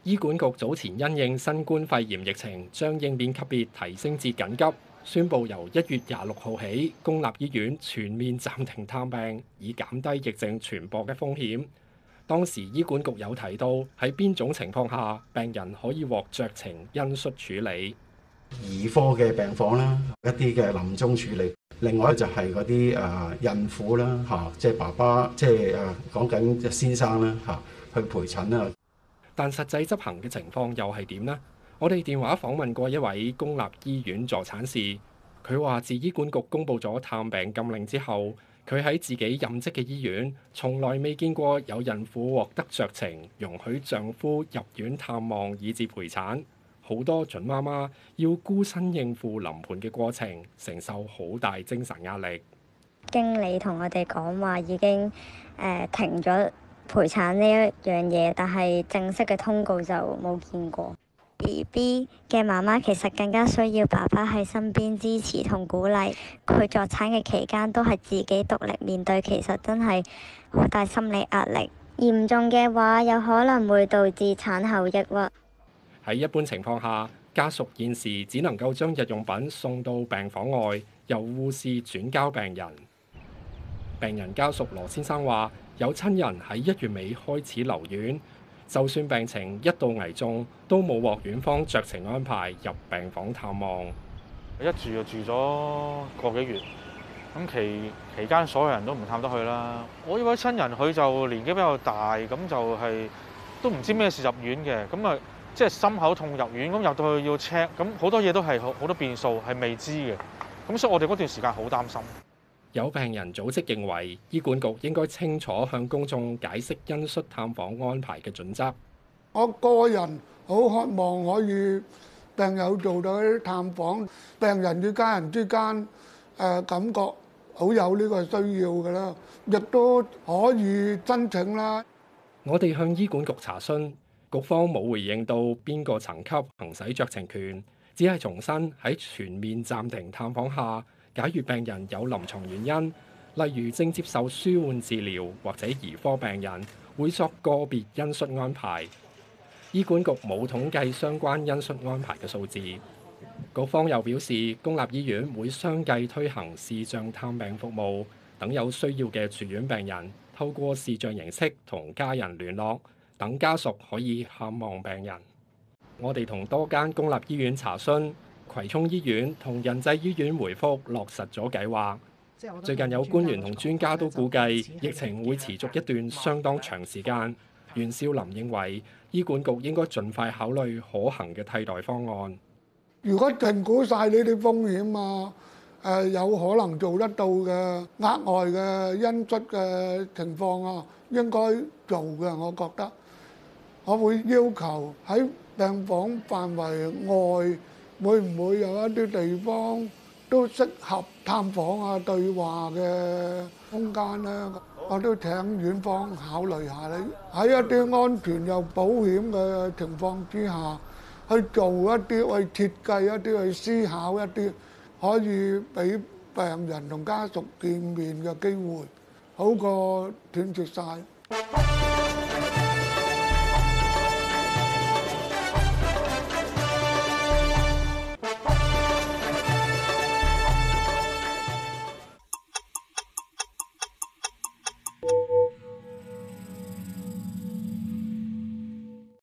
醫管局早前因應新冠肺炎疫情，將應變級別提升至緊急，宣布由1月26號起，公立醫院全面暫停探病，以減低疫症傳播嘅風險。當時醫管局有提到喺邊種情況下病人可以獲酌情恩恤處理。 兒科嘅病房啦，一啲嘅臨終處理，另外就係嗰啲孕婦啦嚇，即係爸爸，即係講緊先生啦嚇，去陪診啦。 但實際執行嘅情況又係點呢？我哋電話訪問過一位公立醫院助產士，佢話自醫管局公布咗探病禁令之後，佢喺自己任職嘅醫院，從來未見過有孕婦獲得酌情容許丈夫入院探望以至陪產。好多準媽媽要孤身應付臨盆嘅過程，承受好大精神壓力。 經理同我哋講話已經停咗陪產呢一樣嘢，但係正式嘅通告就冇見過。BB 嘅媽媽其實更加需要爸爸喺身邊支持同鼓勵。佢助產嘅期間都係自己獨立面對，其實真係好大心理壓力。嚴重嘅話，有可能會導致產後抑鬱。 喺一般情況下，家屬現時只能夠將日用品送到病房外，由護士轉交病人。病人家屬羅先生話：有親人喺1月尾開始留院，就算病情一度危重，都冇獲院方酌情安排入病房探望。 一住就住咗個幾月，咁期間所有人都唔探得佢啦。我呢位親人佢就年紀比較大，咁就係都唔知咩事入院嘅，咁啊即係心口痛入院，咁入到去要 check，咁好多嘢都係好多變數係未知嘅，咁所以我哋嗰段時間好擔心。 有病人組織認為，醫管局應該清楚向公眾解釋恩恤探訪安排嘅準則。 我個人好渴望可以病友做到啲探訪，病人與家人之間感覺好有呢個需要㗎啦，亦都可以申請啦。 我哋向醫管局查詢，局方冇回應到邊個層級行使酌情權，只係重申喺全面暫停探訪下，假如病人有臨床原因，例如正接受舒緩治療或者兒科病人，會作個別恩恤安排。醫管局冇統計相關恩恤安排嘅數字。局方又表示，公立醫院會相繼推行視像探病服務，等有需要嘅住院病人透過視像形式同家人聯絡，等家屬可以探望病人。我哋同多間公立醫院查詢，葵涌醫院同仁濟醫院回覆落實咗計劃。最近有官員同專家都估計疫情會持續一段相當長時間。袁少林認為醫管局應該盡快考慮可行嘅替代方案。 如果評估晒呢啲風險有可能做得到嘅額外嘅恩恤嘅情況應該做嘅，我覺得我會要求喺病房範圍外，會唔會有一啲地方都適合探訪對話嘅空間呢？我都請院方考慮下咧，喺一啲安全又保險嘅情況之下，去做一啲，去設計一啲，去思考一啲，可以俾病人同家屬見面嘅機會，好過斷絕晒。